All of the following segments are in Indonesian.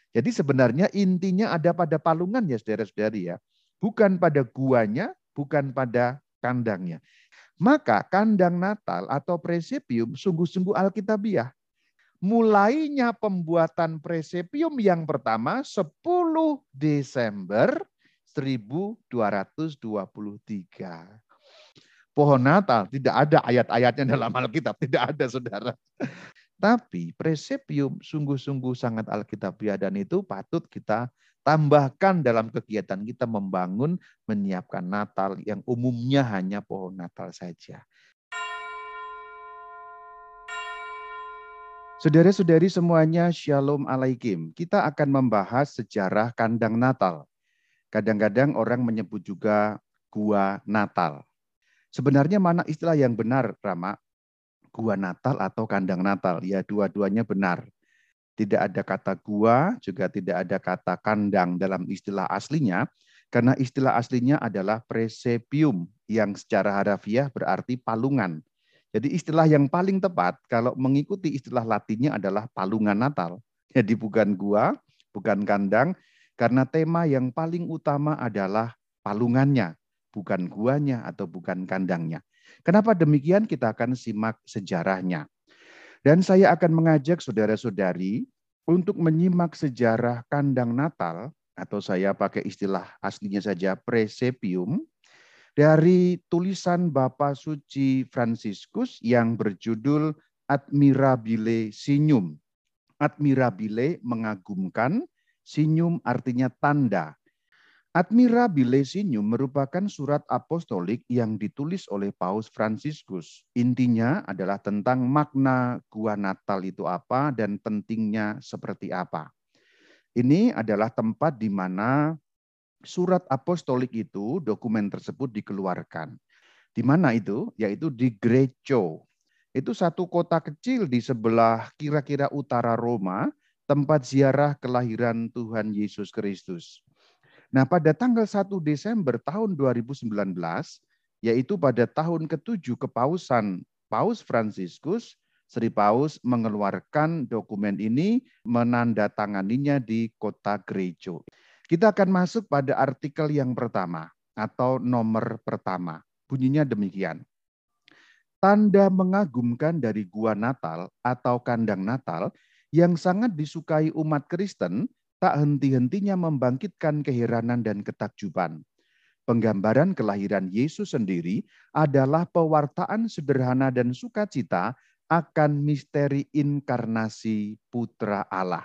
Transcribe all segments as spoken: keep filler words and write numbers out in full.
Jadi sebenarnya intinya ada pada palungan ya saudara-saudari ya. Bukan pada guanya, bukan pada kandangnya. Maka kandang Natal atau presepium sungguh-sungguh alkitabiah. Mulainya pembuatan presepium yang pertama sepuluh Desember seribu dua ratus dua puluh tiga. Pohon Natal tidak ada ayat-ayatnya dalam Alkitab, tidak ada saudara. Tapi presepium sungguh-sungguh sangat alkitabiah dan itu patut kita tambahkan dalam kegiatan kita membangun, menyiapkan Natal yang umumnya hanya pohon Natal saja. Saudara-saudari semuanya, Shalom Alaikum. Kita akan membahas sejarah kandang Natal. Kadang-kadang orang menyebut juga gua Natal. Sebenarnya mana istilah yang benar, Rama? Gua Natal atau kandang Natal? Ya, dua-duanya benar. Tidak ada kata gua, juga tidak ada kata kandang dalam istilah aslinya, karena istilah aslinya adalah presepium, yang secara harafiah berarti palungan. Jadi istilah yang paling tepat kalau mengikuti istilah Latinnya adalah palungan Natal. Jadi bukan gua, bukan kandang, karena tema yang paling utama adalah palungannya, bukan guanya atau bukan kandangnya. Kenapa demikian? Kita akan simak sejarahnya. Dan saya akan mengajak saudara-saudari untuk menyimak sejarah kandang Natal, atau saya pakai istilah aslinya saja presepium, dari tulisan Bapak Suci Fransiskus yang berjudul Admirabile Signum. Admirabile mengagumkan, signum artinya tanda. Admirabile Signum merupakan surat apostolik yang ditulis oleh Paus Fransiskus. Intinya adalah tentang makna gua Natal itu apa dan pentingnya seperti apa. Ini adalah tempat di mana surat apostolik itu, dokumen tersebut dikeluarkan. Di mana itu? Yaitu di Greccio. Itu satu kota kecil di sebelah kira-kira utara Roma, tempat ziarah kelahiran Tuhan Yesus Kristus. Nah, pada tanggal satu Desember tahun dua ribu sembilan belas, yaitu pada tahun ketujuh kepausan Paus Fransiskus, Sri Paus mengeluarkan dokumen ini, menandatanganinya di kota Greccio. Kita akan masuk pada artikel yang pertama atau nomor pertama. Bunyinya demikian. Tanda mengagumkan dari gua Natal atau kandang Natal yang sangat disukai umat Kristen tak henti-hentinya membangkitkan keheranan dan ketakjuban. Penggambaran kelahiran Yesus sendiri adalah pewartaan sederhana dan sukacita akan misteri inkarnasi Putra Allah.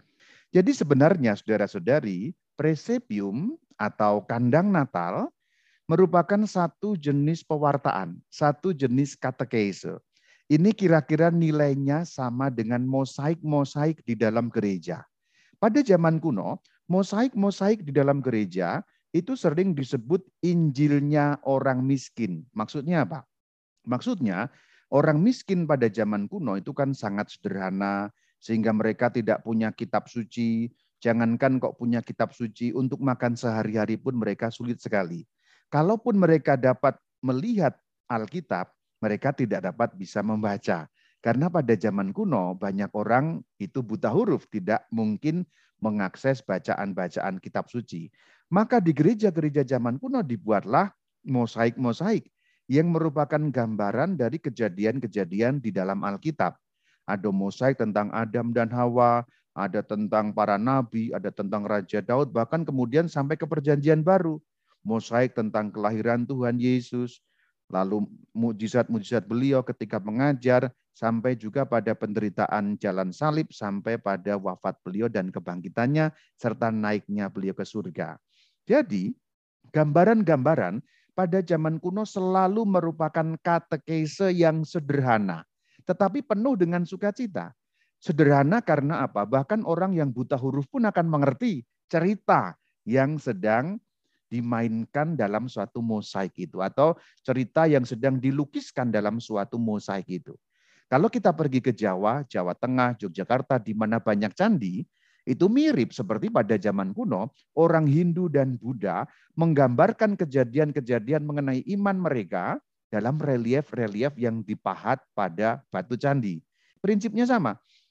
Jadi sebenarnya saudara-saudari, presepium atau kandang Natal merupakan satu jenis pewartaan, satu jenis katekese. Ini kira-kira nilainya sama dengan mosaik-mosaik di dalam gereja. Pada zaman kuno, mosaik-mosaik di dalam gereja itu sering disebut Injilnya orang miskin. Maksudnya apa? Maksudnya orang miskin pada zaman kuno itu kan sangat sederhana, sehingga mereka tidak punya kitab suci. Jangankan kok punya kitab suci, untuk makan sehari-hari pun mereka sulit sekali. Kalaupun mereka dapat melihat Alkitab, mereka tidak dapat bisa membaca. Karena pada zaman kuno banyak orang itu buta huruf, tidak mungkin mengakses bacaan-bacaan kitab suci. Maka di gereja-gereja zaman kuno dibuatlah mosaik-mosaik yang merupakan gambaran dari kejadian-kejadian di dalam Alkitab. Ada mosaik tentang Adam dan Hawa, ada tentang para nabi, ada tentang Raja Daud, bahkan kemudian sampai ke Perjanjian Baru. Mosaik tentang kelahiran Tuhan Yesus, lalu mujizat-mujizat beliau ketika mengajar, sampai juga pada penderitaan jalan salib, sampai pada wafat beliau dan kebangkitannya, serta naiknya beliau ke surga. Jadi, gambaran-gambaran pada zaman kuno selalu merupakan katekese yang sederhana, tetapi penuh dengan sukacita. Sederhana karena apa? Bahkan orang yang buta huruf pun akan mengerti cerita yang sedang dimainkan dalam suatu mosaik itu, atau cerita yang sedang dilukiskan dalam suatu mosaik itu. Kalau kita pergi ke Jawa, Jawa Tengah, Yogyakarta, di mana banyak candi, itu mirip seperti pada zaman kuno, orang Hindu dan Buddha menggambarkan kejadian-kejadian mengenai iman mereka dalam relief-relief yang dipahat pada batu candi. Prinsipnya sama.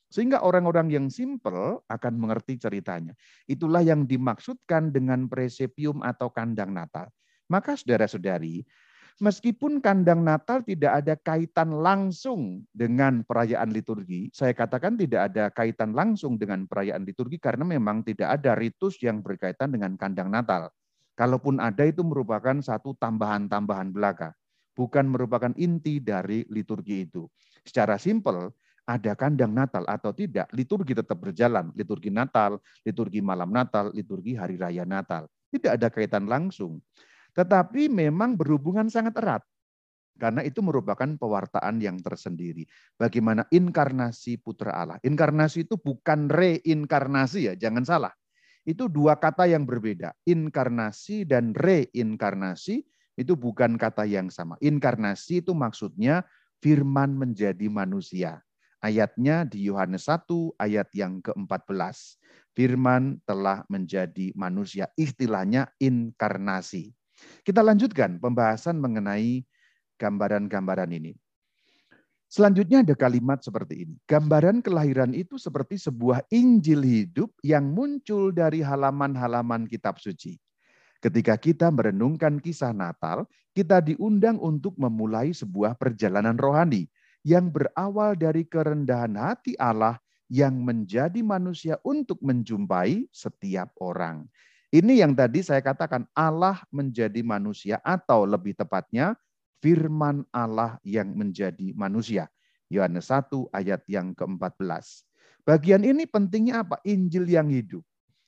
Sehingga orang-orang yang simpel akan mengerti ceritanya. Itulah yang dimaksudkan dengan presepium atau kandang Natal. Maka saudara-saudari, meskipun kandang Natal tidak ada kaitan langsung dengan perayaan liturgi, saya katakan tidak ada kaitan langsung dengan perayaan liturgi karena memang tidak ada ritus yang berkaitan dengan kandang Natal. Kalaupun ada itu merupakan satu tambahan-tambahan belaka, bukan merupakan inti dari liturgi itu. Secara simpel, ada kandang Natal atau tidak, liturgi tetap berjalan. Liturgi Natal, liturgi malam Natal, liturgi hari raya Natal. Tidak ada kaitan langsung. Tetapi memang berhubungan sangat erat. Karena itu merupakan pewartaan yang tersendiri. Bagaimana inkarnasi Putra Allah. Inkarnasi itu bukan reinkarnasi ya, jangan salah. Itu dua kata yang berbeda. Inkarnasi dan reinkarnasi itu bukan kata yang sama. Inkarnasi itu maksudnya firman menjadi manusia. Ayatnya di Yohanes satu ayat yang keempat belas. Firman telah menjadi manusia. Istilahnya inkarnasi. Kita lanjutkan pembahasan mengenai gambaran-gambaran ini. Selanjutnya ada kalimat seperti ini. Gambaran kelahiran itu seperti sebuah Injil hidup yang muncul dari halaman-halaman kitab suci. Ketika kita merenungkan kisah Natal, kita diundang untuk memulai sebuah perjalanan rohani yang berawal dari kerendahan hati Allah yang menjadi manusia untuk menjumpai setiap orang. Ini yang tadi saya katakan Allah menjadi manusia atau lebih tepatnya firman Allah yang menjadi manusia. Yohanes satu ayat yang keempat belas. Bagian ini pentingnya apa? Injil yang hidup.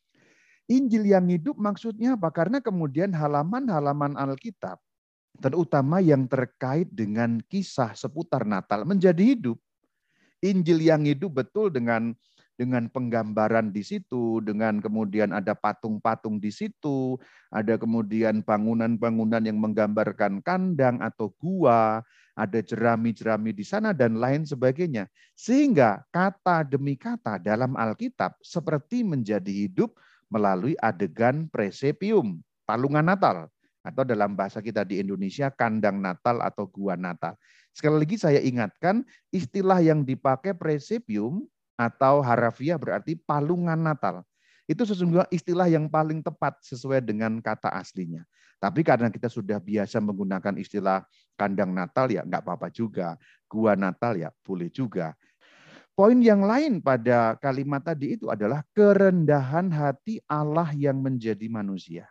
Injil yang hidup maksudnya apa? Karena kemudian halaman-halaman Alkitab, terutama yang terkait dengan kisah seputar Natal, menjadi hidup. Injil yang hidup betul dengan dengan penggambaran di situ, dengan kemudian ada patung-patung di situ, ada kemudian bangunan-bangunan yang menggambarkan kandang atau gua, ada jerami-jerami di sana dan lain sebagainya. Sehingga kata demi kata dalam Alkitab seperti menjadi hidup melalui adegan presepium, palungan Natal. Atau dalam bahasa kita di Indonesia, kandang Natal atau gua Natal. Sekali lagi saya ingatkan, istilah yang dipakai presepium atau harafiah berarti palungan Natal. Itu sesungguhnya istilah yang paling tepat sesuai dengan kata aslinya. Tapi karena kita sudah biasa menggunakan istilah kandang Natal, ya nggak apa-apa juga. Gua Natal ya boleh juga. Poin yang lain pada kalimat tadi itu adalah kerendahan hati Allah yang menjadi manusia.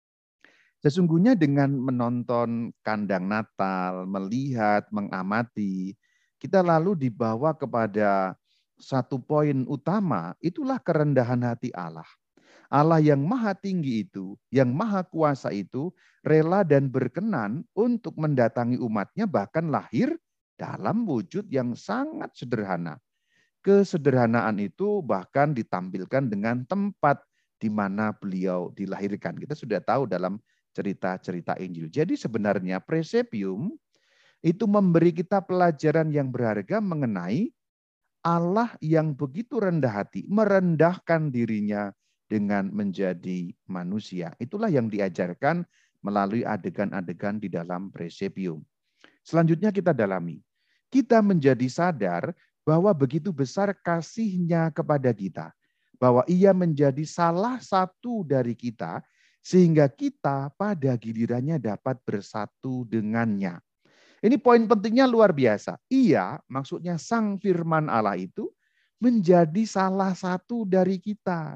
Sesungguhnya dengan menonton kandang Natal, melihat, mengamati, kita lalu dibawa kepada satu poin utama, itulah kerendahan hati Allah. Allah yang maha tinggi itu, yang maha kuasa itu, rela dan berkenan untuk mendatangi umatnya bahkan lahir dalam wujud yang sangat sederhana. Kesederhanaan itu bahkan ditampilkan dengan tempat di mana beliau dilahirkan. Kita sudah tahu dalam cerita-cerita Injil. Jadi sebenarnya presepium itu memberi kita pelajaran yang berharga mengenai Allah yang begitu rendah hati, merendahkan dirinya dengan menjadi manusia. Itulah yang diajarkan melalui adegan-adegan di dalam presepium. Selanjutnya kita dalami. Kita menjadi sadar bahwa begitu besar kasihnya kepada kita. Bahwa ia menjadi salah satu dari kita, sehingga kita pada gilirannya dapat bersatu dengannya. Ini poin pentingnya luar biasa. Ia, maksudnya Sang Firman Allah itu, menjadi salah satu dari kita.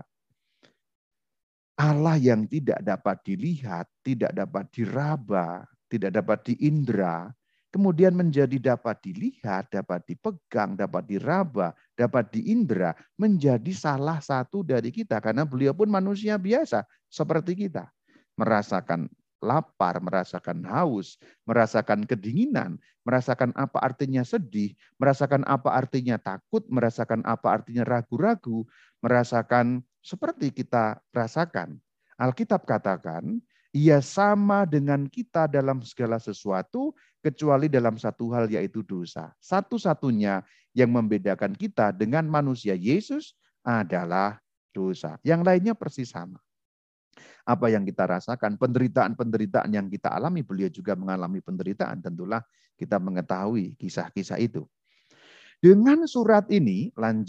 Allah yang tidak dapat dilihat, tidak dapat diraba, tidak dapat diindra, kemudian menjadi dapat dilihat, dapat dipegang, dapat diraba, dapat diindra, menjadi salah satu dari kita. Karena beliau pun manusia biasa seperti kita. Merasakan lapar, merasakan haus, merasakan kedinginan, merasakan apa artinya sedih, merasakan apa artinya takut, merasakan apa artinya ragu-ragu, merasakan seperti kita rasakan. Alkitab katakan, ia sama dengan kita dalam segala sesuatu, kecuali dalam satu hal yaitu dosa. Satu-satunya yang membedakan kita dengan manusia Yesus adalah dosa. Yang lainnya persis sama. Apa yang kita rasakan, penderitaan-penderitaan yang kita alami, beliau juga mengalami penderitaan. Tentulah kita mengetahui kisah-kisah itu. Dengan surat ini, lanjut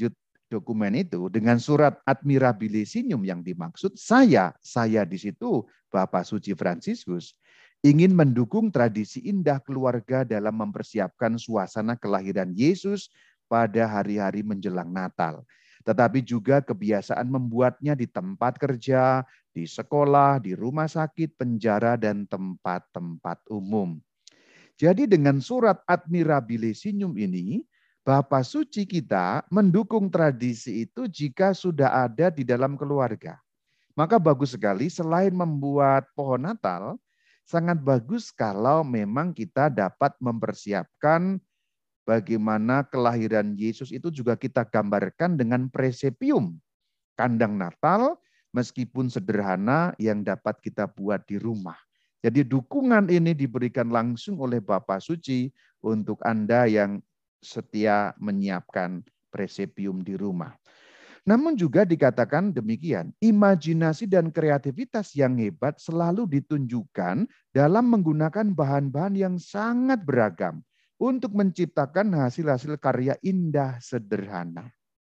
dokumen itu dengan surat Admirabile Signum yang dimaksud, saya, saya di situ Bapak Suci Fransiskus ingin mendukung tradisi indah keluarga dalam mempersiapkan suasana kelahiran Yesus pada hari-hari menjelang Natal. Tetapi juga kebiasaan membuatnya di tempat kerja, di sekolah, di rumah sakit, penjara, dan tempat-tempat umum. Jadi dengan surat Admirabile Signum ini, Bapak Suci kita mendukung tradisi itu jika sudah ada di dalam keluarga. Maka bagus sekali selain membuat pohon Natal, sangat bagus kalau memang kita dapat mempersiapkan bagaimana kelahiran Yesus itu juga kita gambarkan dengan presepium, kandang Natal, meskipun sederhana yang dapat kita buat di rumah. Jadi dukungan ini diberikan langsung oleh Bapak Suci untuk Anda yang setia menyiapkan presepium di rumah. Namun juga dikatakan demikian, imajinasi dan kreativitas yang hebat selalu ditunjukkan dalam menggunakan bahan-bahan yang sangat beragam untuk menciptakan hasil-hasil karya indah sederhana.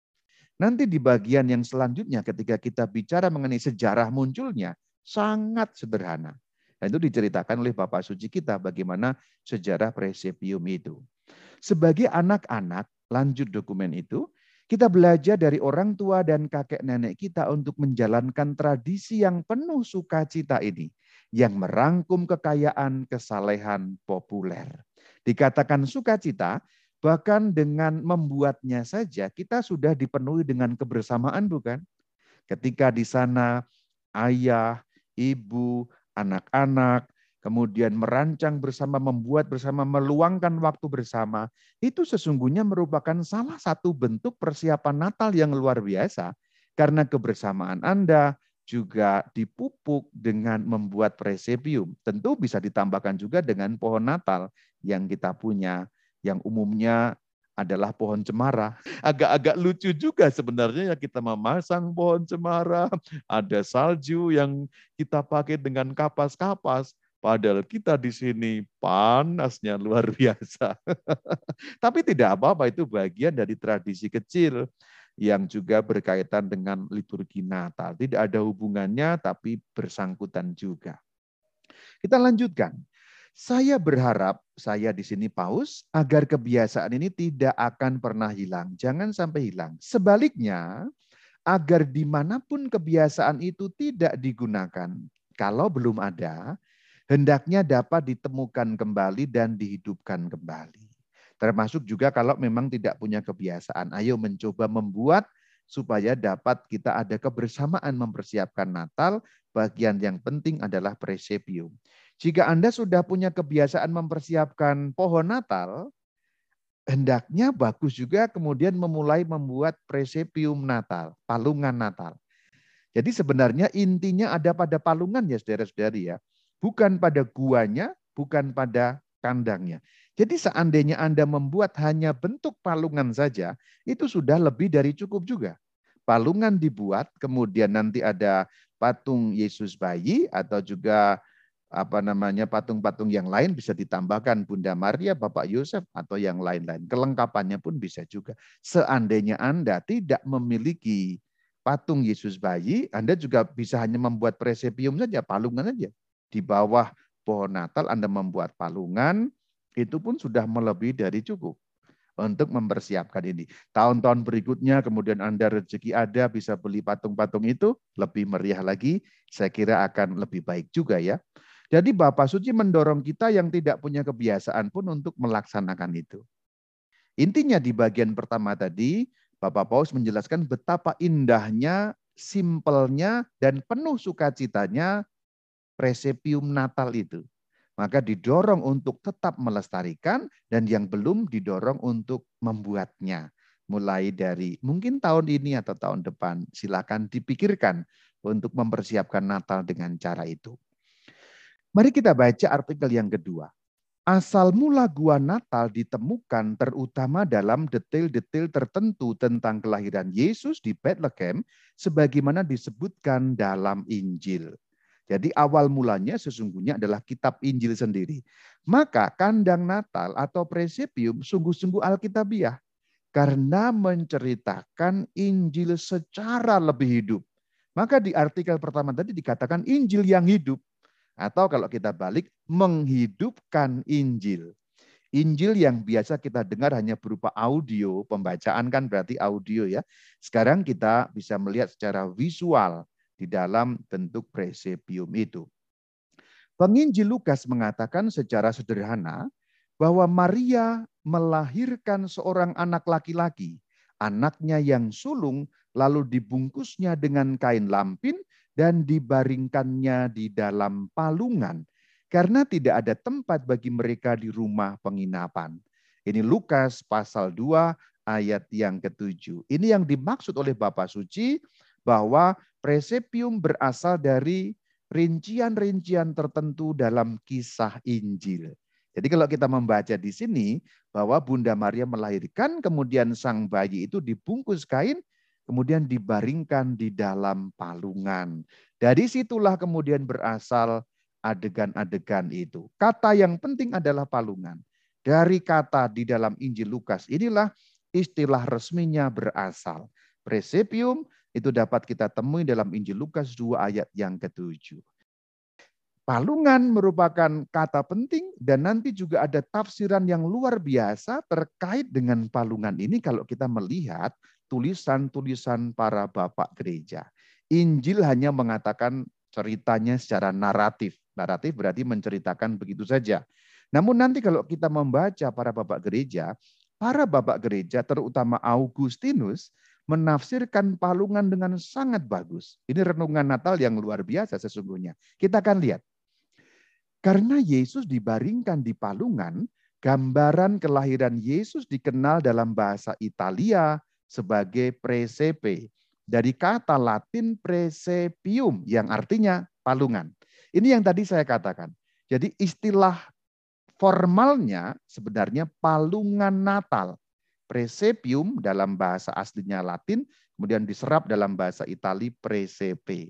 Nanti di bagian yang selanjutnya ketika kita bicara mengenai sejarah munculnya, sangat sederhana. Dan itu diceritakan oleh Bapak Suci kita bagaimana sejarah presepium itu. Sebagai anak-anak, lanjut dokumen itu, kita belajar dari orang tua dan kakek nenek kita untuk menjalankan tradisi yang penuh sukacita ini, yang merangkum kekayaan, kesalehan populer. Dikatakan sukacita, bahkan dengan membuatnya saja kita sudah dipenuhi dengan kebersamaan, bukan? Ketika di sana ayah, ibu, anak-anak, kemudian merancang bersama, membuat bersama, meluangkan waktu bersama, itu sesungguhnya merupakan salah satu bentuk persiapan Natal yang luar biasa. Karena kebersamaan Anda juga dipupuk dengan membuat presepium. Tentu bisa ditambahkan juga dengan pohon Natal yang kita punya, yang umumnya adalah pohon cemara. Agak-agak lucu juga sebenarnya ya kita memasang pohon cemara, ada salju yang kita pakai dengan kapas-kapas. Padahal kita di sini panasnya luar biasa. Tapi tidak apa-apa, itu bagian dari tradisi kecil yang juga berkaitan dengan liturgi Natal. Tidak ada hubungannya, tapi bersangkutan juga. Kita lanjutkan. Saya berharap, saya di sini Paus, agar kebiasaan ini tidak akan pernah hilang. Jangan sampai hilang. Sebaliknya, agar dimanapun kebiasaan itu tidak digunakan, kalau belum ada, hendaknya dapat ditemukan kembali dan dihidupkan kembali. Termasuk juga kalau memang tidak punya kebiasaan, ayo mencoba membuat supaya dapat kita ada kebersamaan mempersiapkan Natal. Bagian yang penting adalah presepium. Jika Anda sudah punya kebiasaan mempersiapkan pohon Natal, hendaknya bagus juga kemudian memulai membuat presepium Natal, palungan Natal. Jadi sebenarnya intinya ada pada palungan ya saudara-saudari ya. Bukan pada guanya, bukan pada kandangnya. Jadi seandainya Anda membuat hanya bentuk palungan saja, itu sudah lebih dari cukup juga. Palungan dibuat, kemudian nanti ada patung Yesus bayi atau juga apa namanya patung-patung yang lain bisa ditambahkan Bunda Maria, Bapak Yosef atau yang lain-lain. Kelengkapannya pun bisa juga. Seandainya Anda tidak memiliki patung Yesus bayi, Anda juga bisa hanya membuat presepium saja, palungan saja. Di bawah pohon Natal Anda membuat palungan, itu pun sudah melebihi dari cukup untuk mempersiapkan ini. Tahun-tahun berikutnya kemudian Anda rezeki ada bisa beli patung-patung itu, lebih meriah lagi, saya kira akan lebih baik juga ya. Jadi Bapak Suci mendorong kita yang tidak punya kebiasaan pun untuk melaksanakan itu. Intinya di bagian pertama tadi, Bapak Paus menjelaskan betapa indahnya, simpelnya, dan penuh sukacitanya presepium Natal itu. Maka didorong untuk tetap melestarikan dan yang belum didorong untuk membuatnya. Mulai dari mungkin tahun ini atau tahun depan, silakan dipikirkan untuk mempersiapkan Natal dengan cara itu. Mari kita baca artikel yang kedua. Asal mula gua Natal ditemukan terutama dalam detail-detail tertentu tentang kelahiran Yesus di Bethlehem sebagaimana disebutkan dalam Injil. Jadi awal mulanya sesungguhnya adalah kitab Injil sendiri. Maka kandang Natal atau presepium sungguh-sungguh alkitabiah. karena menceritakan Injil secara lebih hidup. Maka di artikel pertama tadi dikatakan Injil yang hidup. Atau kalau kita balik, menghidupkan Injil. Injil yang biasa kita dengar hanya berupa audio, pembacaan kan berarti audio ya. Sekarang kita bisa melihat secara visual di dalam bentuk presepium itu. Penginjil Lukas mengatakan secara sederhana bahwa Maria melahirkan seorang anak laki-laki. Anaknya yang sulung lalu dibungkusnya dengan kain lampin dan dibaringkannya di dalam palungan. Karena tidak ada tempat bagi mereka di rumah penginapan. Ini Lukas pasal dua ayat yang ketujuh. Ini yang dimaksud oleh Bapak Suci bahwa presepium berasal dari rincian-rincian tertentu dalam kisah Injil. Jadi kalau kita membaca di sini bahwa Bunda Maria melahirkan, kemudian sang bayi itu dibungkus kain, kemudian dibaringkan di dalam palungan. Dari situlah kemudian berasal adegan-adegan itu. Kata yang penting adalah palungan. Dari kata di dalam Injil Lukas inilah istilah resminya berasal. Presepium itu dapat kita temui dalam Injil Lukas dua ayat yang ketujuh. Palungan merupakan kata penting dan nanti juga ada tafsiran yang luar biasa terkait dengan palungan ini kalau kita melihat tulisan-tulisan para bapak gereja. Injil hanya mengatakan ceritanya secara naratif. Naratif berarti menceritakan begitu saja. Namun nanti kalau kita membaca para bapak gereja, para bapak gereja terutama Augustinus menafsirkan palungan dengan sangat bagus. Ini renungan Natal yang luar biasa sesungguhnya. Kita akan lihat. Karena Yesus dibaringkan di palungan, gambaran kelahiran Yesus dikenal dalam bahasa Italia sebagai presepe. Dari kata Latin presepium yang artinya palungan. Ini yang tadi saya katakan. Jadi istilah formalnya sebenarnya palungan Natal. Presepium dalam bahasa aslinya Latin, kemudian diserap dalam bahasa Itali presepe.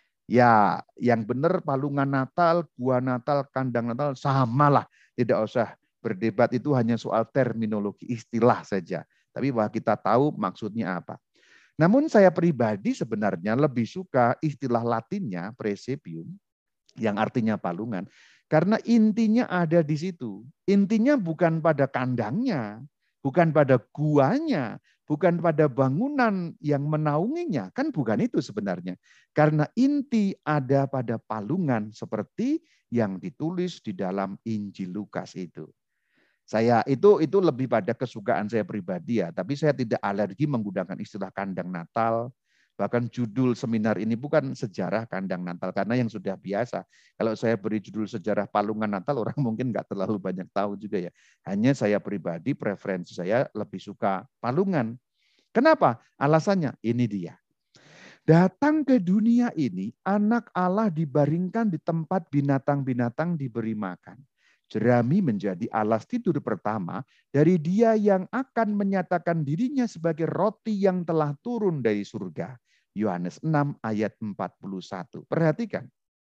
Ya, yang benar palungan Natal, gua Natal, kandang Natal, samalah. Tidak usah berdebat, itu hanya soal terminologi, istilah saja. Tapi bahwa kita tahu maksudnya apa. Namun saya pribadi sebenarnya lebih suka istilah Latinnya presepium, yang artinya palungan. Karena intinya ada di situ. Intinya bukan pada kandangnya, bukan pada guanya, bukan pada bangunan yang menaunginya. Kan bukan itu sebenarnya. Karena inti ada pada palungan seperti yang ditulis di dalam Injil Lukas itu. Saya itu itu lebih pada kesukaan saya pribadi ya, tapi saya tidak alergi menggunakan istilah kandang Natal. Bahkan judul seminar ini bukan sejarah kandang Natal karena yang sudah biasa. Kalau saya beri judul sejarah palungan Natal, orang mungkin nggak terlalu banyak tahu juga ya. Hanya saya pribadi preferensi saya lebih suka palungan. Kenapa? Alasannya ini dia. Datang ke dunia ini, anak Allah dibaringkan di tempat binatang-binatang diberi makan. Jerami menjadi alas tidur pertama dari Dia yang akan menyatakan dirinya sebagai roti yang telah turun dari surga. Yohanes enam ayat empat puluh satu. Perhatikan.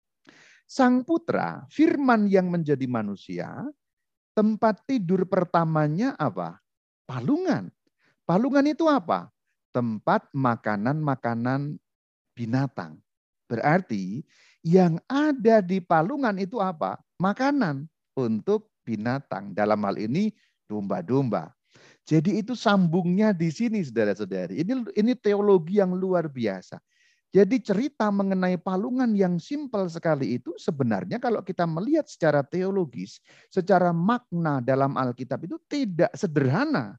Sang Putra, firman yang menjadi manusia, tempat tidur pertamanya apa? Palungan. Palungan itu apa? Tempat makanan-makanan binatang. Berarti yang ada di palungan itu apa? Makanan untuk binatang. Dalam hal ini domba-domba. Jadi itu sambungnya di sini saudara-saudari. Ini ini teologi yang luar biasa. Jadi cerita mengenai palungan yang simpel sekali itu sebenarnya kalau kita melihat secara teologis, secara makna dalam Alkitab itu tidak sederhana.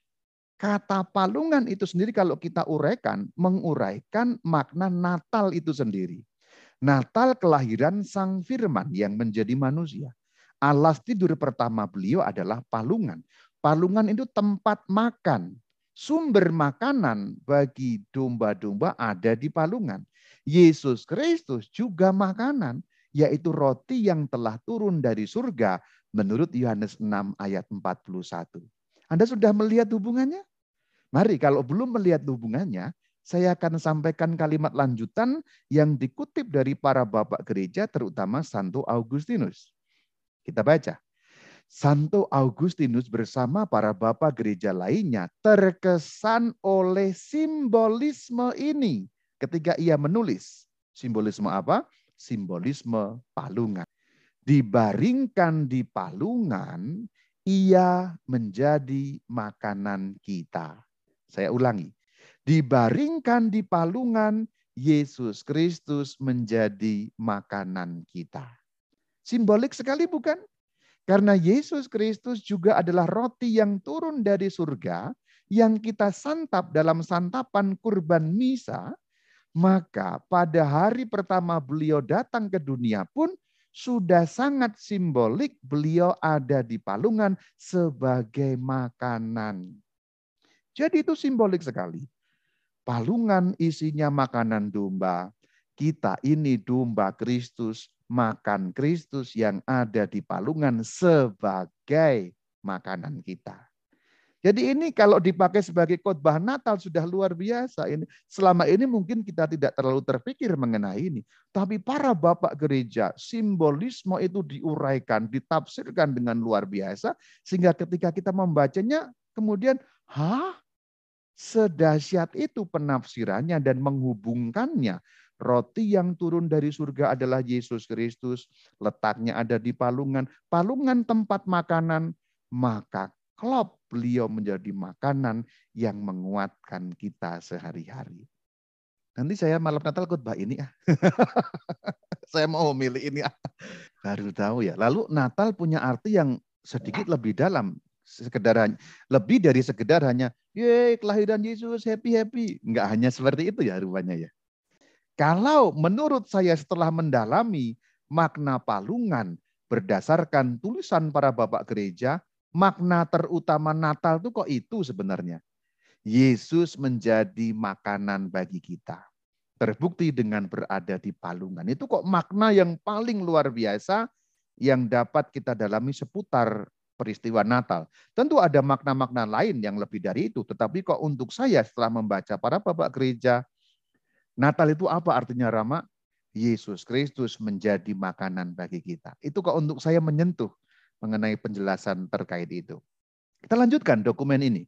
Kata palungan itu sendiri kalau kita uraikan, menguraikan makna Natal itu sendiri. Natal kelahiran Sang Firman yang menjadi manusia. Alas tidur pertama beliau adalah palungan. Palungan itu tempat makan. Sumber makanan bagi domba-domba ada di palungan. Yesus Kristus juga makanan, yaitu roti yang telah turun dari surga menurut Yohanes enam ayat empat puluh satu. Anda sudah melihat hubungannya? Mari kalau belum melihat hubungannya, saya akan sampaikan kalimat lanjutan yang dikutip dari para bapak gereja terutama Santo Augustinus. Kita baca. Santo Augustinus bersama para bapak gereja lainnya terkesan oleh simbolisme ini ketika ia menulis. Simbolisme apa? Simbolisme palungan. Dibaringkan di palungan, ia menjadi makanan kita. Saya ulangi. Dibaringkan di palungan, Yesus Kristus menjadi makanan kita. Simbolik sekali bukan? Karena Yesus Kristus juga adalah roti yang turun dari surga, yang kita santap dalam santapan kurban misa, maka pada hari pertama beliau datang ke dunia pun sudah sangat simbolik beliau ada di palungan sebagai makanan. Jadi itu simbolik sekali. Palungan isinya makanan domba. Kita ini domba Kristus, makan Kristus yang ada di palungan sebagai makanan kita. Jadi ini kalau dipakai sebagai khotbah Natal sudah luar biasa. Ini selama ini mungkin kita tidak terlalu terpikir mengenai ini. Tapi para bapak gereja, simbolisme itu diuraikan, ditafsirkan dengan luar biasa. Sehingga ketika kita membacanya, kemudian, hah? Sedahsyat itu penafsirannya dan menghubungkannya. Roti yang turun dari surga adalah Yesus Kristus. Letaknya ada di palungan. Palungan tempat makanan. Maka klop beliau menjadi makanan yang menguatkan kita sehari-hari. Nanti saya malam Natal khotbah ini. Ah. Saya mau milih ini. Ah. Baru tahu ya. Lalu Natal punya arti yang sedikit lebih dalam. Sekedar lebih dari sekedar hanya ye kelahiran Yesus happy happy, nggak hanya seperti itu ya rupanya ya. Kalau menurut saya setelah mendalami makna palungan berdasarkan tulisan para bapak gereja, makna terutama Natal itu kok itu sebenarnya. Yesus menjadi makanan bagi kita. Terbukti dengan berada di palungan. Itu kok makna yang paling luar biasa yang dapat kita dalami seputar peristiwa Natal. Tentu ada makna-makna lain yang lebih dari itu. Tetapi kok untuk saya setelah membaca para bapak gereja, Natal itu apa artinya Rama? Yesus Kristus menjadi makanan bagi kita. Itu kok untuk saya menyentuh mengenai penjelasan terkait itu. Kita lanjutkan dokumen ini.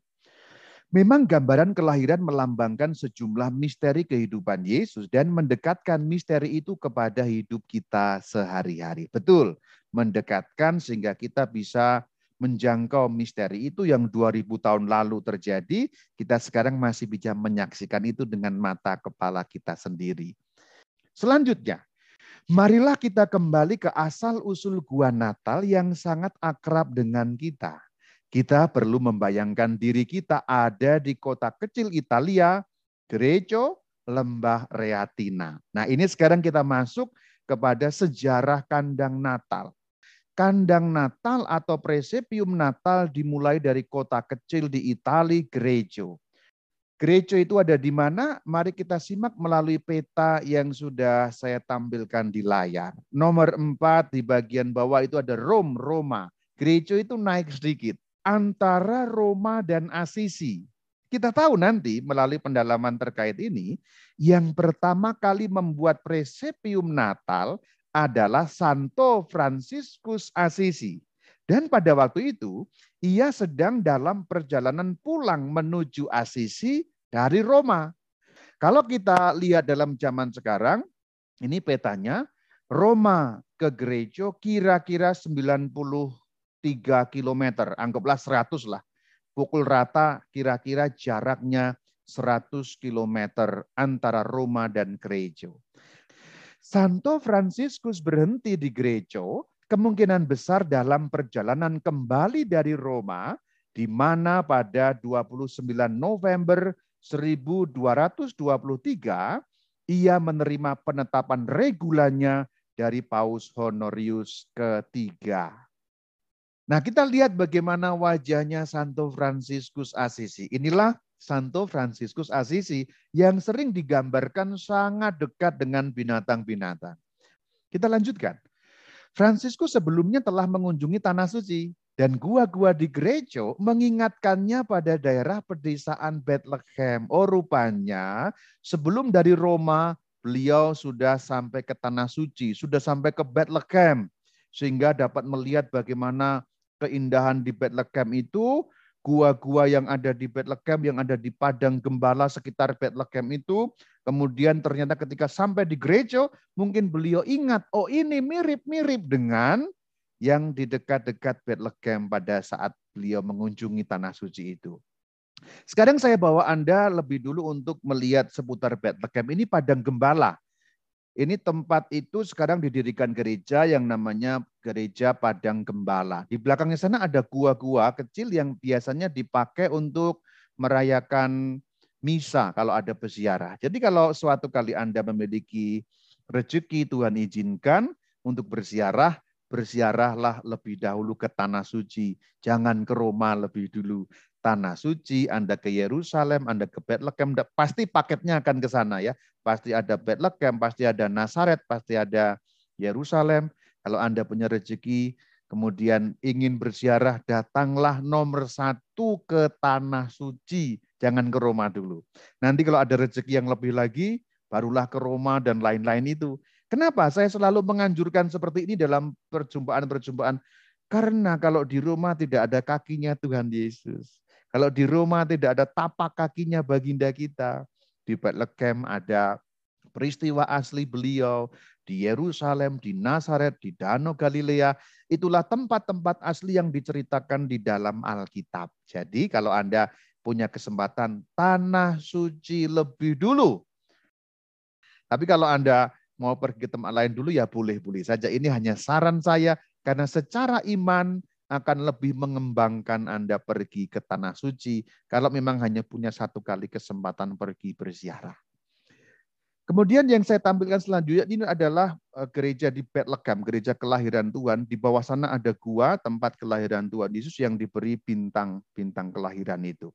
Memang gambaran kelahiran melambangkan sejumlah misteri kehidupan Yesus dan mendekatkan misteri itu kepada hidup kita sehari-hari. Betul, mendekatkan sehingga kita bisa menjangkau misteri itu yang dua ribu tahun lalu terjadi, kita sekarang masih bisa menyaksikan itu dengan mata kepala kita sendiri. Selanjutnya, marilah kita kembali ke asal-usul gua Natal yang sangat akrab dengan kita. Kita perlu membayangkan diri kita ada di kota kecil Italia, Greco, Lembah Reatina. Nah ini sekarang kita masuk kepada sejarah kandang Natal. Kandang Natal atau Presepium Natal dimulai dari kota kecil di Italia, Greco. Greco itu ada di mana? Mari kita simak melalui peta yang sudah saya tampilkan di layar. Nomor empat di bagian bawah itu ada Rom, Roma. Greco itu naik sedikit. Antara Roma dan Asisi. Kita tahu nanti melalui pendalaman terkait ini, yang pertama kali membuat Presepium Natal adalah Santo Fransiskus Asisi. Dan pada waktu itu, ia sedang dalam perjalanan pulang menuju Asisi dari Roma. Kalau kita lihat dalam zaman sekarang, ini petanya, Roma ke Greco kira-kira sembilan puluh tiga kilometer, anggaplah seratus lah. Pukul rata kira-kira jaraknya seratus kilometer antara Roma dan Greco. Santo Fransiskus berhenti di Greco, kemungkinan besar dalam perjalanan kembali dari Roma, di mana pada dua puluh sembilan November seribu dua ratus dua puluh tiga, ia menerima penetapan regulanya dari Paus Honorius ketiga. Nah, kita lihat bagaimana wajahnya Santo Fransiskus Asisi. Inilah Santo Fransiskus Asisi yang sering digambarkan sangat dekat dengan binatang-binatang. Kita lanjutkan. Fransiskus sebelumnya telah mengunjungi Tanah Suci dan gua-gua di Greco mengingatkannya pada daerah pedesaan Bethlehem. Oh, rupanya sebelum dari Roma beliau sudah sampai ke Tanah Suci, sudah sampai ke Bethlehem sehingga dapat melihat bagaimana keindahan di Bethlehem itu, gua-gua yang ada di Bethlehem, yang ada di padang gembala sekitar Bethlehem itu. Kemudian ternyata ketika sampai di gereja, mungkin beliau ingat, oh ini mirip-mirip dengan yang di dekat-dekat Bethlehem pada saat beliau mengunjungi tanah suci itu. Sekarang saya bawa Anda lebih dulu untuk melihat seputar Bethlehem. Ini padang gembala. Ini tempat itu sekarang didirikan gereja yang namanya Gereja Padang Gembala. Di belakangnya sana ada gua-gua kecil yang biasanya dipakai untuk merayakan misa kalau ada peziarah. Jadi kalau suatu kali Anda memiliki rezeki, Tuhan izinkan untuk berziarah, berziarahlah lebih dahulu ke Tanah Suci. Jangan ke Roma lebih dulu. Tanah Suci, Anda ke Yerusalem, Anda ke Bethlehem, pasti paketnya akan ke sana ya. Pasti ada Bethlehem, pasti ada Nazaret, pasti ada Yerusalem. Kalau Anda punya rezeki, kemudian ingin berziarah, datanglah nomor satu ke Tanah Suci. Jangan ke Roma dulu. Nanti kalau ada rezeki yang lebih lagi, barulah ke Roma dan lain-lain itu. Kenapa saya selalu menganjurkan seperti ini dalam perjumpaan-perjumpaan? Karena kalau di Roma tidak ada kakinya Tuhan Yesus. Kalau di Roma tidak ada tapak kakinya baginda kita. Di Bethlehem ada peristiwa asli beliau. Di Yerusalem, di Nazaret, di Danau Galilea. Itulah tempat-tempat asli yang diceritakan di dalam Alkitab. Jadi kalau Anda punya kesempatan tanah suci lebih dulu. Tapi kalau Anda mau pergi ke tempat lain dulu ya boleh-boleh saja. Ini hanya saran saya karena secara iman akan lebih mengembangkan Anda pergi ke Tanah Suci kalau memang hanya punya satu kali kesempatan pergi berziarah. Kemudian yang saya tampilkan selanjutnya ini adalah gereja di Bethlehem, gereja kelahiran Tuhan. Di bawah sana ada gua tempat kelahiran Tuhan Yesus yang diberi bintang-bintang kelahiran itu.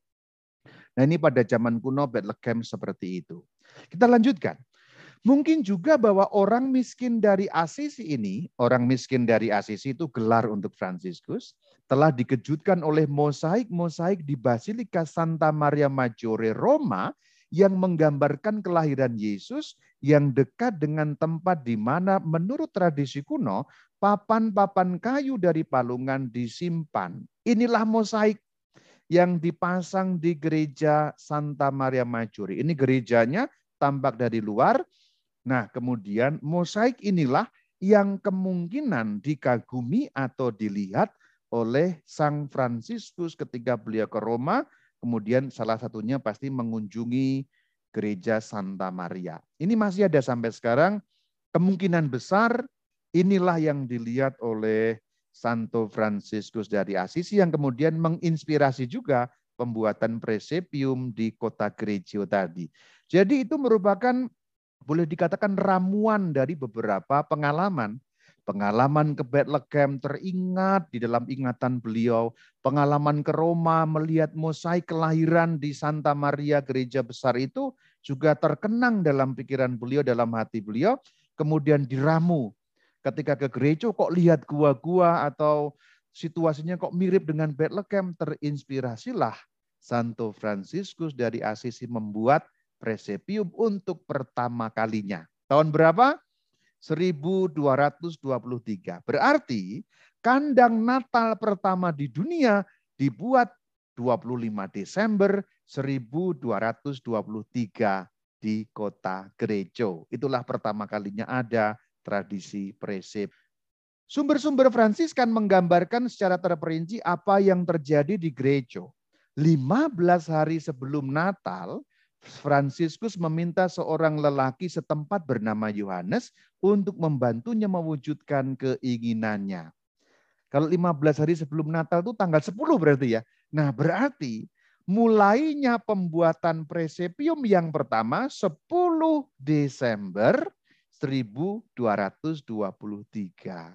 Nah ini pada zaman kuno Bethlehem seperti itu. Kita lanjutkan. Mungkin juga bahwa orang miskin dari Asisi ini, orang miskin dari Asisi itu gelar untuk Fransiskus, telah dikejutkan oleh mosaik-mosaik di Basilika Santa Maria Maggiore Roma yang menggambarkan kelahiran Yesus yang dekat dengan tempat di mana menurut tradisi kuno papan-papan kayu dari palungan disimpan. Inilah mosaik yang dipasang di gereja Santa Maria Maggiore. Ini gerejanya tampak dari luar. Nah, kemudian mosaik inilah yang kemungkinan dikagumi atau dilihat oleh Sang Fransiskus ketika beliau ke Roma, kemudian salah satunya pasti mengunjungi gereja Santa Maria. Ini masih ada sampai sekarang, kemungkinan besar inilah yang dilihat oleh Santo Fransiskus dari Asisi yang kemudian menginspirasi juga pembuatan presepium di kota Greggio tadi. Jadi itu merupakan boleh dikatakan ramuan dari beberapa pengalaman. Pengalaman ke Bethlehem teringat di dalam ingatan beliau. Pengalaman ke Roma melihat mosaik kelahiran di Santa Maria gereja besar itu juga terkenang dalam pikiran beliau, dalam hati beliau. Kemudian diramu. Ketika ke gereja kok lihat gua-gua atau situasinya kok mirip dengan Bethlehem, terinspirasilah Santo Fransiskus dari Asisi membuat presepium untuk pertama kalinya. Tahun berapa? seribu dua ratus dua puluh tiga. Berarti kandang Natal pertama di dunia dibuat dua puluh lima Desember seribu dua ratus dua puluh tiga di kota Greggio. Itulah pertama kalinya ada tradisi presep. Sumber-sumber Fransiskan menggambarkan secara terperinci apa yang terjadi di Greggio. lima belas hari sebelum Natal, Fransiskus meminta seorang lelaki setempat bernama Yohanes untuk membantunya mewujudkan keinginannya. Kalau lima belas hari sebelum Natal itu tanggal sepuluh berarti ya. Nah berarti mulainya pembuatan presepium yang pertama sepuluh Desember seribu dua ratus dua puluh tiga.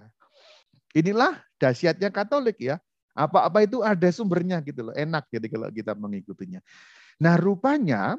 Inilah dahsyatnya Katolik ya. Apa-apa itu ada sumbernya gitu loh. Enak jadi kalau kita mengikutinya. Nah rupanya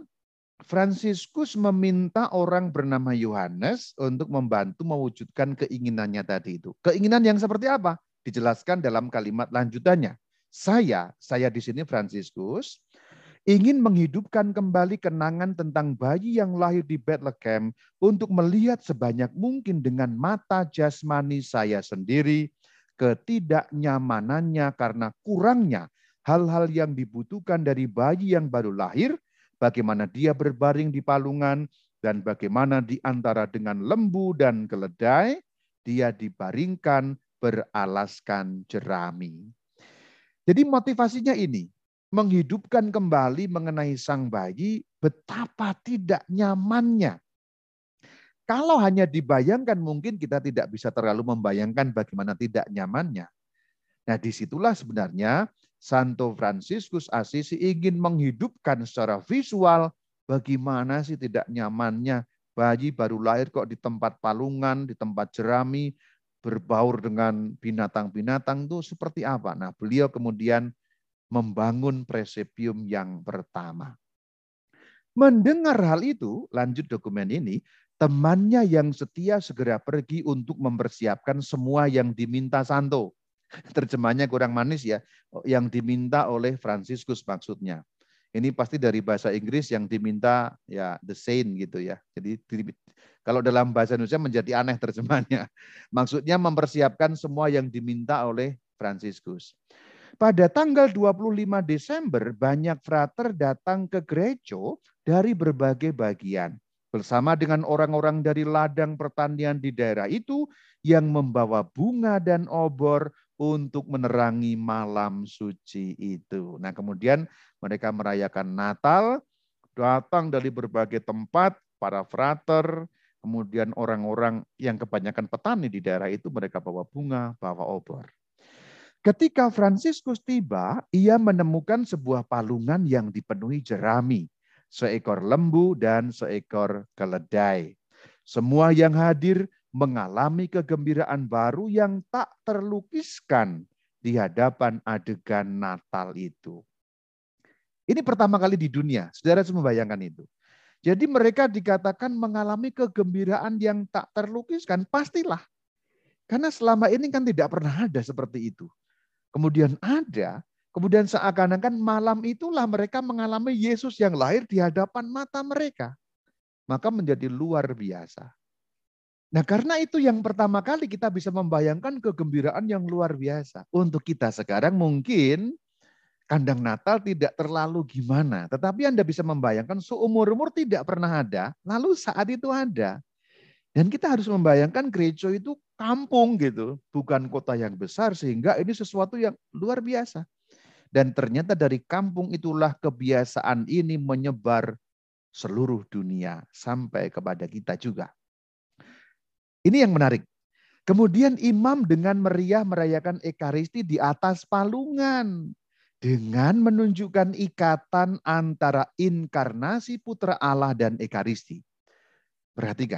Fransiskus meminta orang bernama Yohanes untuk membantu mewujudkan keinginannya tadi itu. Keinginan yang seperti apa? Dijelaskan dalam kalimat lanjutannya. Saya, saya di sini Fransiskus, ingin menghidupkan kembali kenangan tentang bayi yang lahir di Bethlehem untuk melihat sebanyak mungkin dengan mata jasmani saya sendiri ketidaknyamanannya karena kurangnya hal-hal yang dibutuhkan dari bayi yang baru lahir, bagaimana dia berbaring di palungan, dan bagaimana di antara dengan lembu dan keledai, dia dibaringkan beralaskan jerami. Jadi motivasinya ini, menghidupkan kembali mengenai sang bayi, betapa tidak nyamannya. Kalau hanya dibayangkan mungkin kita tidak bisa terlalu membayangkan bagaimana tidak nyamannya. Nah disitulah sebenarnya Santo Fransiskus Assisi ingin menghidupkan secara visual bagaimana sih tidak nyamannya bayi baru lahir kok di tempat palungan, di tempat jerami, berbaur dengan binatang-binatang itu seperti apa. Nah beliau kemudian membangun presepium yang pertama. Mendengar hal itu, lanjut dokumen ini, temannya yang setia segera pergi untuk mempersiapkan semua yang diminta Santo. Terjemahnya kurang manis ya, yang diminta oleh Fransiskus maksudnya. Ini pasti dari bahasa Inggris yang diminta ya the saint gitu ya. Jadi kalau dalam bahasa Indonesia menjadi aneh terjemahnya. Maksudnya mempersiapkan semua yang diminta oleh Fransiskus. Pada tanggal dua puluh lima Desember banyak frater datang ke gereja dari berbagai bagian. Bersama dengan orang-orang dari ladang pertanian di daerah itu yang membawa bunga dan obor untuk menerangi malam suci itu. Nah kemudian mereka merayakan Natal, datang dari berbagai tempat, para frater, kemudian orang-orang yang kebanyakan petani di daerah itu mereka bawa bunga, bawa obor. Ketika Fransiskus tiba, ia menemukan sebuah palungan yang dipenuhi jerami, seekor lembu dan seekor keledai. Semua yang hadir mengalami kegembiraan baru yang tak terlukiskan di hadapan adegan Natal itu. Ini pertama kali di dunia, saudara semua membayangkan itu. Jadi mereka dikatakan mengalami kegembiraan yang tak terlukiskan, pastilah. Karena selama ini kan tidak pernah ada seperti itu. Kemudian ada, kemudian seakan-akan malam itulah mereka mengalami Yesus yang lahir di hadapan mata mereka. Maka menjadi luar biasa. Nah karena itu yang pertama kali kita bisa membayangkan kegembiraan yang luar biasa. Untuk kita sekarang mungkin kandang Natal tidak terlalu gimana. Tetapi Anda bisa membayangkan seumur-umur tidak pernah ada, lalu saat itu ada. Dan kita harus membayangkan gereja itu kampung gitu, bukan kota yang besar sehingga ini sesuatu yang luar biasa. Dan ternyata dari kampung itulah kebiasaan ini menyebar seluruh dunia sampai kepada kita juga. Ini yang menarik. Kemudian imam dengan meriah merayakan Ekaristi di atas palungan dengan menunjukkan ikatan antara inkarnasi Putra Allah dan Ekaristi. Perhatikan.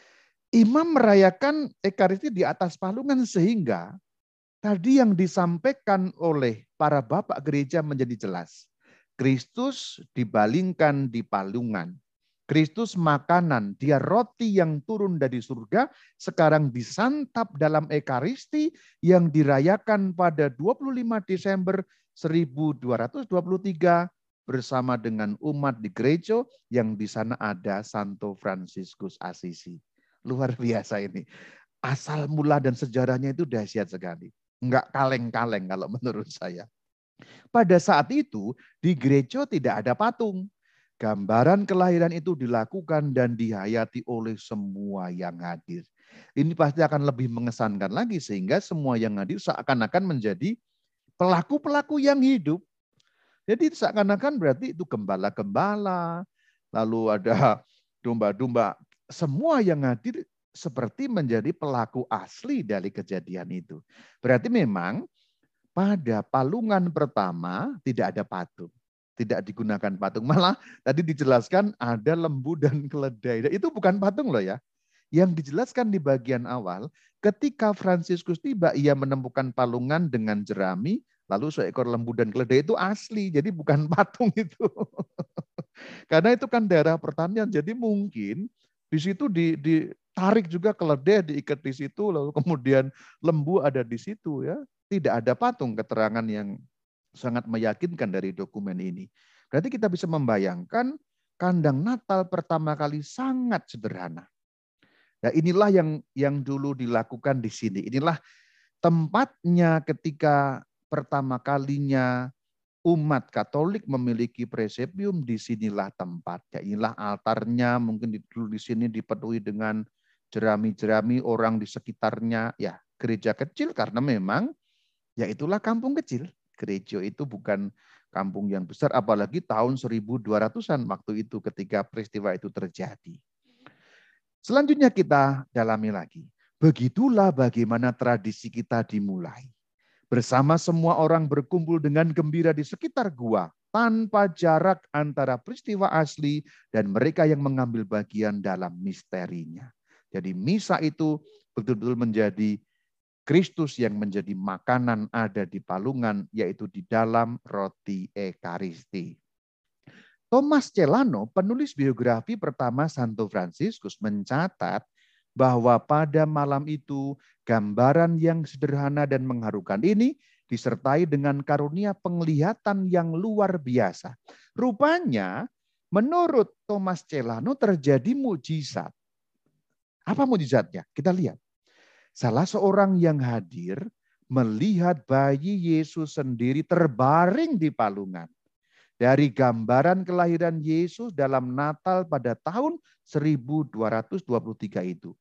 Imam merayakan Ekaristi di atas palungan sehingga tadi yang disampaikan oleh para bapak gereja menjadi jelas. Kristus dibalingkan di palungan. Kristus makanan, dia roti yang turun dari surga, sekarang disantap dalam Ekaristi yang dirayakan pada dua puluh lima Desember seribu dua ratus dua puluh tiga bersama dengan umat di gereja yang di sana ada Santo Fransiskus Assisi. Luar biasa ini. Asal mula dan sejarahnya itu dahsyat sekali. Enggak kaleng-kaleng kalau menurut saya. Pada saat itu di gereja tidak ada patung. Gambaran kelahiran itu dilakukan dan dihayati oleh semua yang hadir. Ini pasti akan lebih mengesankan lagi sehingga semua yang hadir seakan-akan menjadi pelaku-pelaku yang hidup. Jadi seakan-akan berarti itu gembala-gembala, lalu ada domba-domba. Semua yang hadir seperti menjadi pelaku asli dari kejadian itu. Berarti memang pada palungan pertama tidak ada patung. Tidak digunakan patung. Malah tadi dijelaskan ada lembu dan keledai. Itu bukan patung loh ya. Yang dijelaskan di bagian awal, ketika Fransiskus tiba, ia menemukan palungan dengan jerami, lalu seekor lembu dan keledai itu asli. Jadi bukan patung itu. Karena itu kan daerah pertanian. Jadi mungkin di situ ditarik juga keledai, diikat di situ, lalu kemudian lembu ada di situ ya. Tidak ada patung, keterangan yang sangat meyakinkan dari dokumen ini. Berarti kita bisa membayangkan kandang Natal pertama kali sangat sederhana. Nah inilah yang yang dulu dilakukan di sini. Inilah Tempatnya ketika pertama kalinya umat Katolik memiliki presepium, disinilah tempatnya. Inilah altarnya, mungkin dulu di sini dipenuhi dengan jerami-jerami orang di sekitarnya. Ya, gereja kecil karena memang ya itulah kampung kecil. Gereja itu bukan kampung yang besar, apalagi tahun seribu dua ratusan waktu itu ketika peristiwa itu terjadi. Selanjutnya kita dalami lagi. Begitulah bagaimana tradisi kita dimulai. Bersama semua orang berkumpul dengan gembira di sekitar gua, tanpa jarak antara peristiwa asli dan mereka yang mengambil bagian dalam misterinya. Jadi misa itu betul-betul menjadi Kristus yang menjadi makanan ada di palungan, yaitu di dalam roti Ekaristi. Thomas Celano, penulis biografi pertama Santo Fransiskus, mencatat bahwa pada malam itu gambaran yang sederhana dan mengharukan ini disertai dengan karunia penglihatan yang luar biasa. Rupanya menurut Thomas Celano terjadi mujizat. Apa mujizatnya? Kita lihat. Salah seorang yang hadir melihat bayi Yesus sendiri terbaring di palungan. Dari gambaran kelahiran Yesus dalam Natal pada tahun seribu dua ratus dua puluh tiga itu.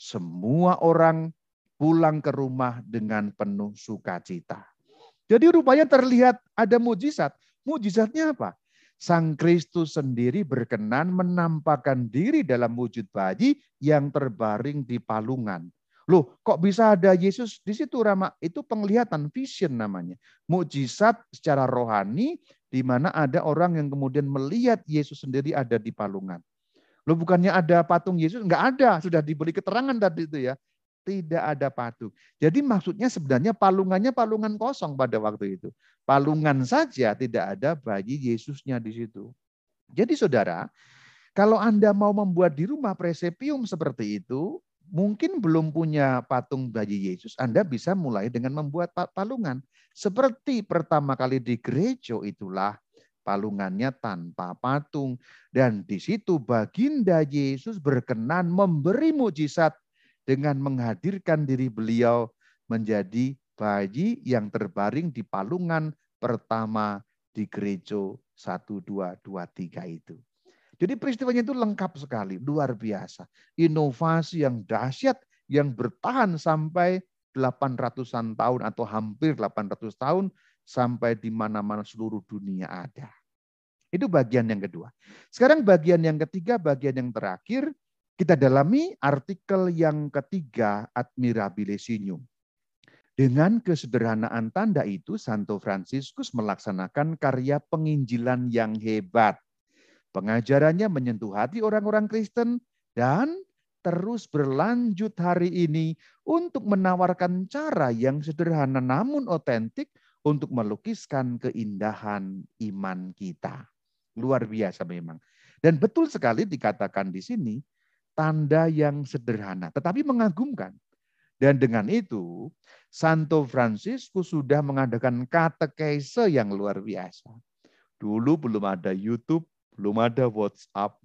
Semua orang pulang ke rumah dengan penuh sukacita. Jadi rupanya terlihat ada mujizat. Mujizatnya apa? Sang Kristus sendiri berkenan menampakkan diri dalam wujud bayi yang terbaring di palungan. Loh, kok bisa ada Yesus di situ, Rama? Itu penglihatan, vision namanya. Mujizat secara rohani di mana ada orang yang kemudian melihat Yesus sendiri ada di palungan. Loh, bukannya ada patung Yesus? Enggak ada, sudah diberi keterangan tadi itu ya. Tidak ada patung. Jadi maksudnya sebenarnya palungannya palungan kosong pada waktu itu. Palungan saja, tidak ada bayi Yesusnya di situ. Jadi saudara, kalau Anda mau membuat di rumah presepium seperti itu, mungkin belum punya patung bayi Yesus, Anda bisa mulai dengan membuat palungan. Seperti pertama kali di gereja itulah palungannya tanpa patung. Dan di situ baginda Yesus berkenan memberi mujizat dengan menghadirkan diri beliau menjadi bayi yang terbaring di palungan pertama di gereja satu dua dua tiga itu. Jadi peristiwanya itu lengkap sekali, luar biasa. Inovasi yang dahsyat yang bertahan sampai delapan ratusan tahun atau hampir delapan ratus tahun sampai di mana-mana seluruh dunia ada. Itu bagian yang kedua. Sekarang bagian yang ketiga, bagian yang terakhir, kita dalami artikel yang ketiga, Admirabile Signum. Dengan kesederhanaan tanda itu, Santo Fransiskus melaksanakan karya penginjilan yang hebat. Pengajarannya menyentuh hati orang-orang Kristen dan terus berlanjut hari ini untuk menawarkan cara yang sederhana namun otentik untuk melukiskan keindahan iman kita. Luar biasa memang. Dan betul sekali dikatakan di sini, tanda yang sederhana tetapi mengagumkan. Dan dengan itu, Santo Fransiskus sudah mengadakan katekese yang luar biasa. Dulu belum ada YouTube, belum ada WhatsApp,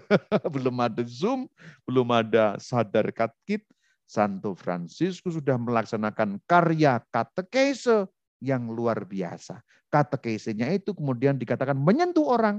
belum ada Zoom, belum ada Sadarkat Kit. Santo Fransiskus sudah melaksanakan karya katekese yang luar biasa. Katekesenya itu kemudian dikatakan menyentuh orang.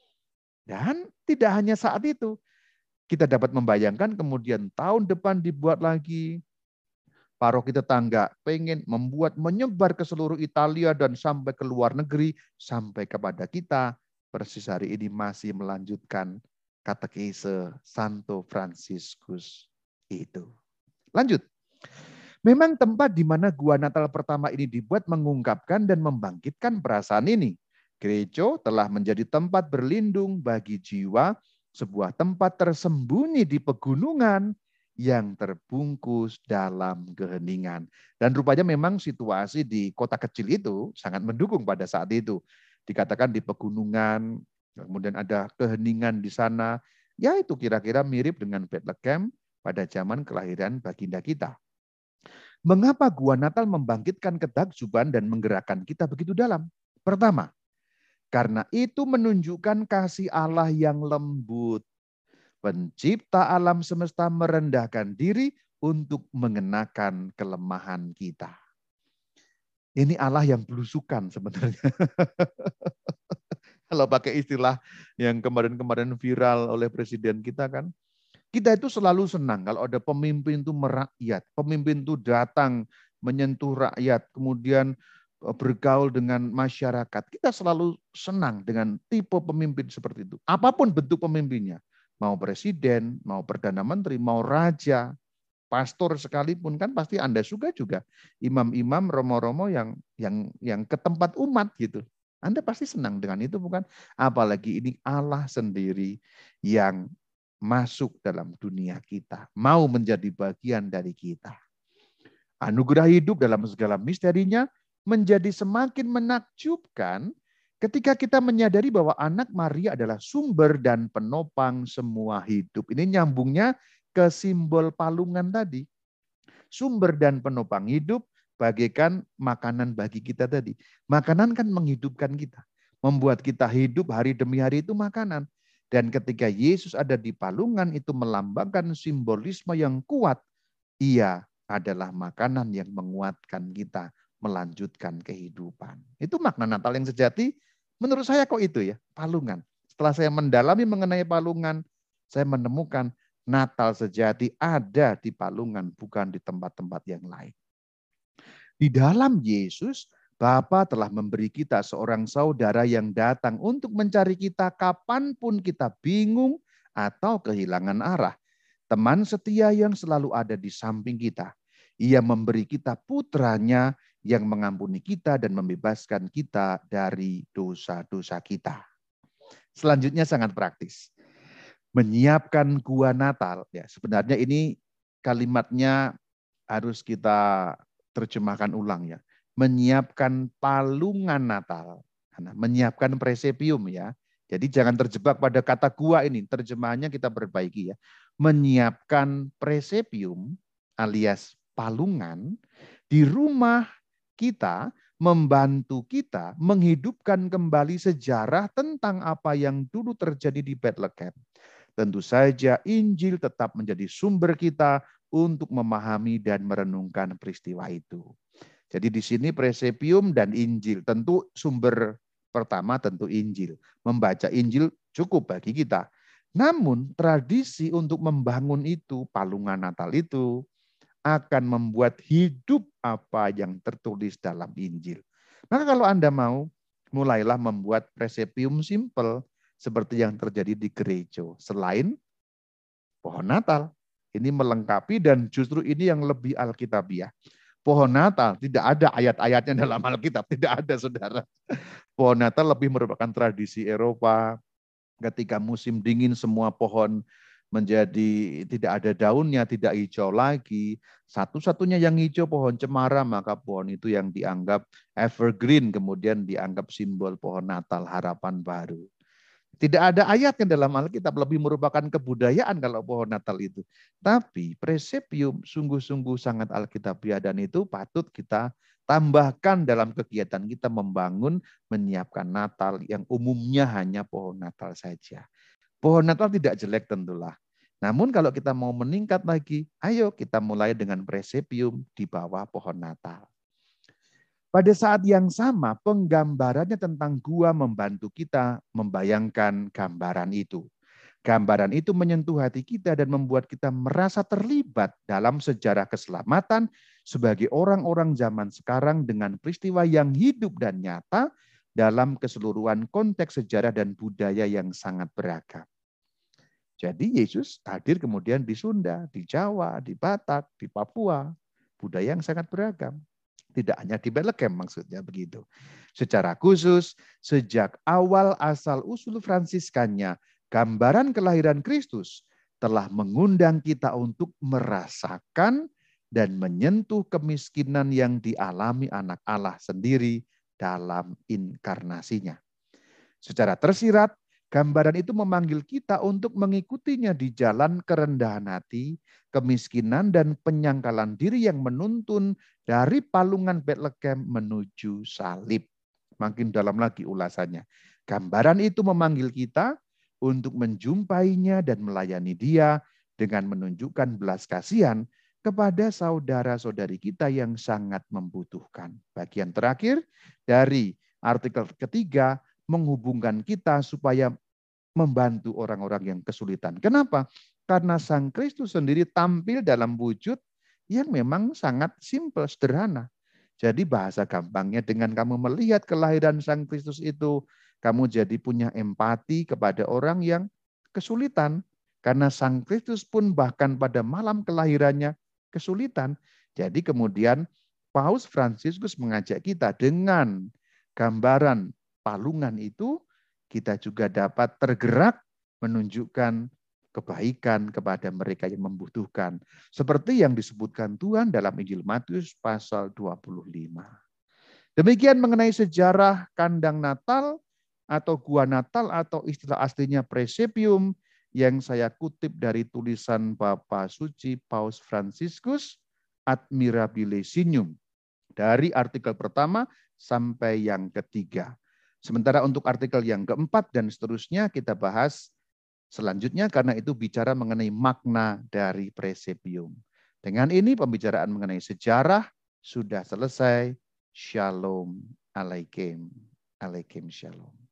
Dan tidak hanya saat itu. Kita dapat membayangkan kemudian tahun depan dibuat lagi. Paroki tetangga pengen membuat menyebar ke seluruh Italia dan sampai ke luar negeri. Sampai kepada kita. Persis hari ini masih melanjutkan katekese Santo Fransiskus itu. Lanjut. Memang tempat di mana gua Natal pertama ini dibuat mengungkapkan dan membangkitkan perasaan ini. Gereja telah menjadi tempat berlindung bagi jiwa, sebuah tempat tersembunyi di pegunungan yang terbungkus dalam keheningan. Dan rupanya memang situasi di kota kecil itu sangat mendukung pada saat itu. Dikatakan di pegunungan, kemudian ada keheningan di sana. Ya itu kira-kira mirip dengan Bethlehem pada zaman kelahiran baginda kita. Mengapa gua Natal membangkitkan ketakjuban dan menggerakkan kita begitu dalam? Pertama, karena itu menunjukkan kasih Allah yang lembut. Pencipta alam semesta merendahkan diri untuk mengenakan kelemahan kita. Ini Allah yang belusukan sebenarnya. Kalau pakai istilah yang kemarin-kemarin viral oleh presiden kita kan, kita itu selalu senang kalau ada pemimpin itu merakyat, pemimpin itu datang menyentuh rakyat, kemudian bergaul dengan masyarakat. Kita selalu senang dengan tipe pemimpin seperti itu. Apapun bentuk pemimpinnya, mau presiden, mau perdana menteri, mau raja, pastor sekalipun, kan pasti Anda suka juga imam-imam, romo-romo yang yang yang ke tempat umat gitu. Anda pasti senang dengan itu, bukan? Apalagi ini Allah sendiri yang masuk dalam dunia kita, mau menjadi bagian dari kita. Anugerah hidup dalam segala misterinya menjadi semakin menakjubkan ketika kita menyadari bahwa anak Maria adalah sumber dan penopang semua hidup. Ini nyambungnya ke simbol palungan tadi. Sumber dan penopang hidup bagaikan makanan bagi kita tadi. Makanan kan menghidupkan kita. Membuat kita hidup hari demi hari itu makanan. Dan ketika Yesus ada di palungan itu melambangkan simbolisme yang kuat. Ia adalah makanan yang menguatkan kita melanjutkan kehidupan. Itu makna Natal yang sejati. Menurut saya kok itu ya, palungan. Setelah saya mendalami mengenai palungan, saya menemukan Natal sejati ada di palungan, bukan di tempat-tempat yang lain. Di dalam Yesus, Bapa telah memberi kita seorang saudara yang datang untuk mencari kita kapanpun kita bingung atau kehilangan arah. Teman setia yang selalu ada di samping kita. Ia memberi kita putranya yang mengampuni kita dan membebaskan kita dari dosa-dosa kita. Selanjutnya sangat praktis. Menyiapkan gua Natal. Ya, sebenarnya ini kalimatnya harus kita terjemahkan ulang ya. Menyiapkan palungan Natal. Nah, menyiapkan presepium ya. Jadi jangan terjebak pada kata gua ini. Terjemahannya kita perbaiki ya. Menyiapkan presepium alias palungan di rumah kita, membantu kita menghidupkan kembali sejarah tentang apa yang dulu terjadi di Bethlehem. Tentu saja Injil tetap menjadi sumber kita untuk memahami dan merenungkan peristiwa itu. Jadi di sini presepium dan Injil. Tentu sumber pertama tentu Injil. Membaca Injil cukup bagi kita. Namun tradisi untuk membangun itu, palungan Natal itu, akan membuat hidup apa yang tertulis dalam Injil. Maka kalau Anda mau, mulailah membuat presepium simple seperti yang terjadi di gereja. Selain pohon Natal, ini melengkapi dan justru ini yang lebih alkitabiah. Pohon Natal tidak ada ayat-ayatnya dalam Alkitab, tidak ada saudara. Pohon Natal lebih merupakan tradisi Eropa. Ketika musim dingin semua pohon menjadi tidak ada daunnya, tidak hijau lagi. Satu-satunya yang hijau pohon cemara, maka pohon itu yang dianggap evergreen, kemudian dianggap simbol pohon Natal, harapan baru. Tidak ada ayatnya dalam Alkitab, lebih merupakan kebudayaan kalau pohon Natal itu. Tapi presepium sungguh-sungguh sangat alkitabiah dan itu patut kita tambahkan dalam kegiatan kita membangun, menyiapkan Natal yang umumnya hanya pohon Natal saja. Pohon Natal tidak jelek tentulah. Namun kalau kita mau meningkat lagi, ayo kita mulai dengan presepium di bawah pohon Natal. Pada saat yang sama, penggambarannya tentang gua membantu kita membayangkan gambaran itu. Gambaran itu menyentuh hati kita dan membuat kita merasa terlibat dalam sejarah keselamatan sebagai orang-orang zaman sekarang dengan peristiwa yang hidup dan nyata dalam keseluruhan konteks sejarah dan budaya yang sangat beragam. Jadi Yesus hadir kemudian di Sunda, di Jawa, di Batak, di Papua, budaya yang sangat beragam. Tidak hanya di Bethlehem maksudnya begitu. Secara khusus, sejak awal asal-usul Fransiskannya, gambaran kelahiran Kristus telah mengundang kita untuk merasakan dan menyentuh kemiskinan yang dialami anak Allah sendiri dalam inkarnasinya. Secara tersirat, gambaran itu memanggil kita untuk mengikutinya di jalan kerendahan hati, kemiskinan, dan penyangkalan diri yang menuntun dari palungan Bethlehem menuju salib. Makin dalam lagi ulasannya. Gambaran itu memanggil kita untuk menjumpainya dan melayani dia dengan menunjukkan belas kasihan kepada saudara-saudari kita yang sangat membutuhkan. Bagian terakhir dari artikel ketiga menghubungkan kita supaya membantu orang-orang yang kesulitan. Kenapa? Karena Sang Kristus sendiri tampil dalam wujud yang memang sangat simpel, sederhana. Jadi bahasa gampangnya dengan kamu melihat kelahiran Sang Kristus itu, kamu jadi punya empati kepada orang yang kesulitan. Karena Sang Kristus pun bahkan pada malam kelahirannya kesulitan. Jadi kemudian Paus Fransiskus mengajak kita dengan gambaran palungan itu, kita juga dapat tergerak menunjukkan kebaikan kepada mereka yang membutuhkan. Seperti yang disebutkan Tuhan dalam Injil Matius pasal dua puluh lima. Demikian mengenai sejarah kandang Natal atau gua Natal atau istilah aslinya Praesepium yang saya kutip dari tulisan Bapa Suci Paus Fransiskus Admirabile Signum. Dari artikel pertama sampai yang ketiga. Sementara untuk artikel yang keempat dan seterusnya kita bahas selanjutnya karena itu bicara mengenai makna dari Praesepium. Dengan ini pembicaraan mengenai sejarah sudah selesai. Shalom Alaikum. Alaikum Shalom.